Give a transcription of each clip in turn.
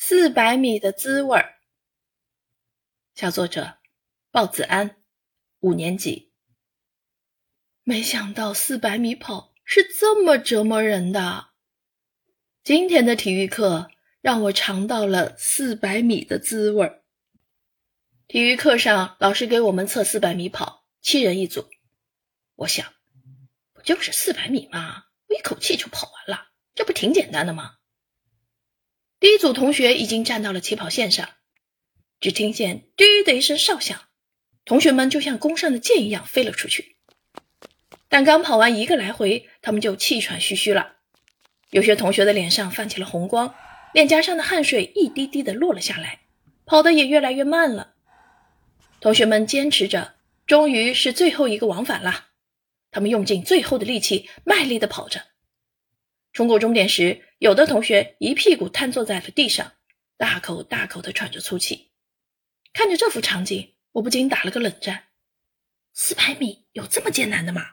400米的滋味儿。小作者鲍子安，5年级。没想到400米跑是这么折磨人的。今天的体育课让我尝到了400米的滋味儿。体育课上，老师给我们测400米跑，7人一组。我想，不就是400米吗？我一口气就跑完了，这不挺简单的吗？第一组同学已经站到了起跑线上，只听见“滴”的一声哨响，同学们就像弓上的箭一样飞了出去。但刚跑完一个来回，他们就气喘吁吁了。有些同学的脸上泛起了红光，脸颊上的汗水一滴滴地落了下来，跑得也越来越慢了。同学们坚持着，终于是最后一个往返了。他们用尽最后的力气，卖力地跑着。冲过终点时，有的同学一屁股瘫坐在了地上，大口大口地喘着粗气。看着这幅场景，我不禁打了个冷战。400米有这么艰难的吗？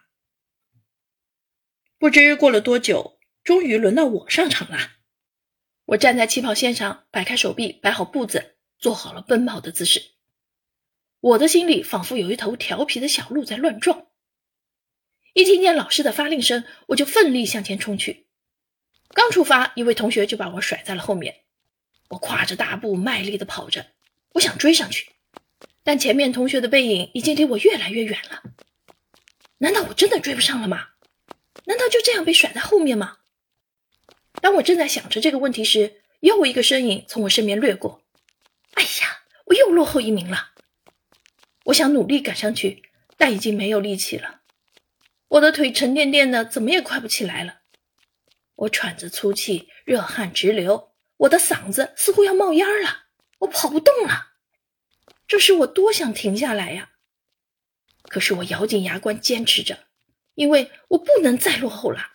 不知过了多久，终于轮到我上场了。我站在起跑线上，摆开手臂，摆好步子，做好了奔跑的姿势。我的心里仿佛有一头调皮的小鹿在乱撞。一听见老师的发令声，我就奋力向前冲去。刚出发，一位同学就把我甩在了后面。我跨着大步卖力地跑着，我想追上去，但前面同学的背影已经离我越来越远了。难道我真的追不上了吗？难道就这样被甩在后面吗？当我正在想着这个问题时，又一个身影从我身边掠过。哎呀，我又落后1名了。我想努力赶上去，但已经没有力气了。我的腿沉甸甸的，怎么也快不起来了。我喘着粗气，热汗直流，我的嗓子似乎要冒烟了，我跑不动了。这时我多想停下来呀，可是我咬紧牙关坚持着，因为我不能再落后了。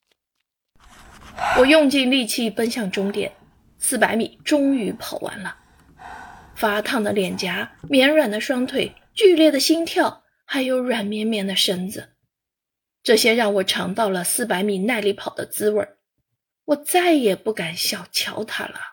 我用尽力气奔向终点，400米终于跑完了。发烫的脸颊，绵软的双腿，剧烈的心跳，还有软绵绵的身子，这些让我尝到了400米耐力跑的滋味，我再也不敢小瞧它了。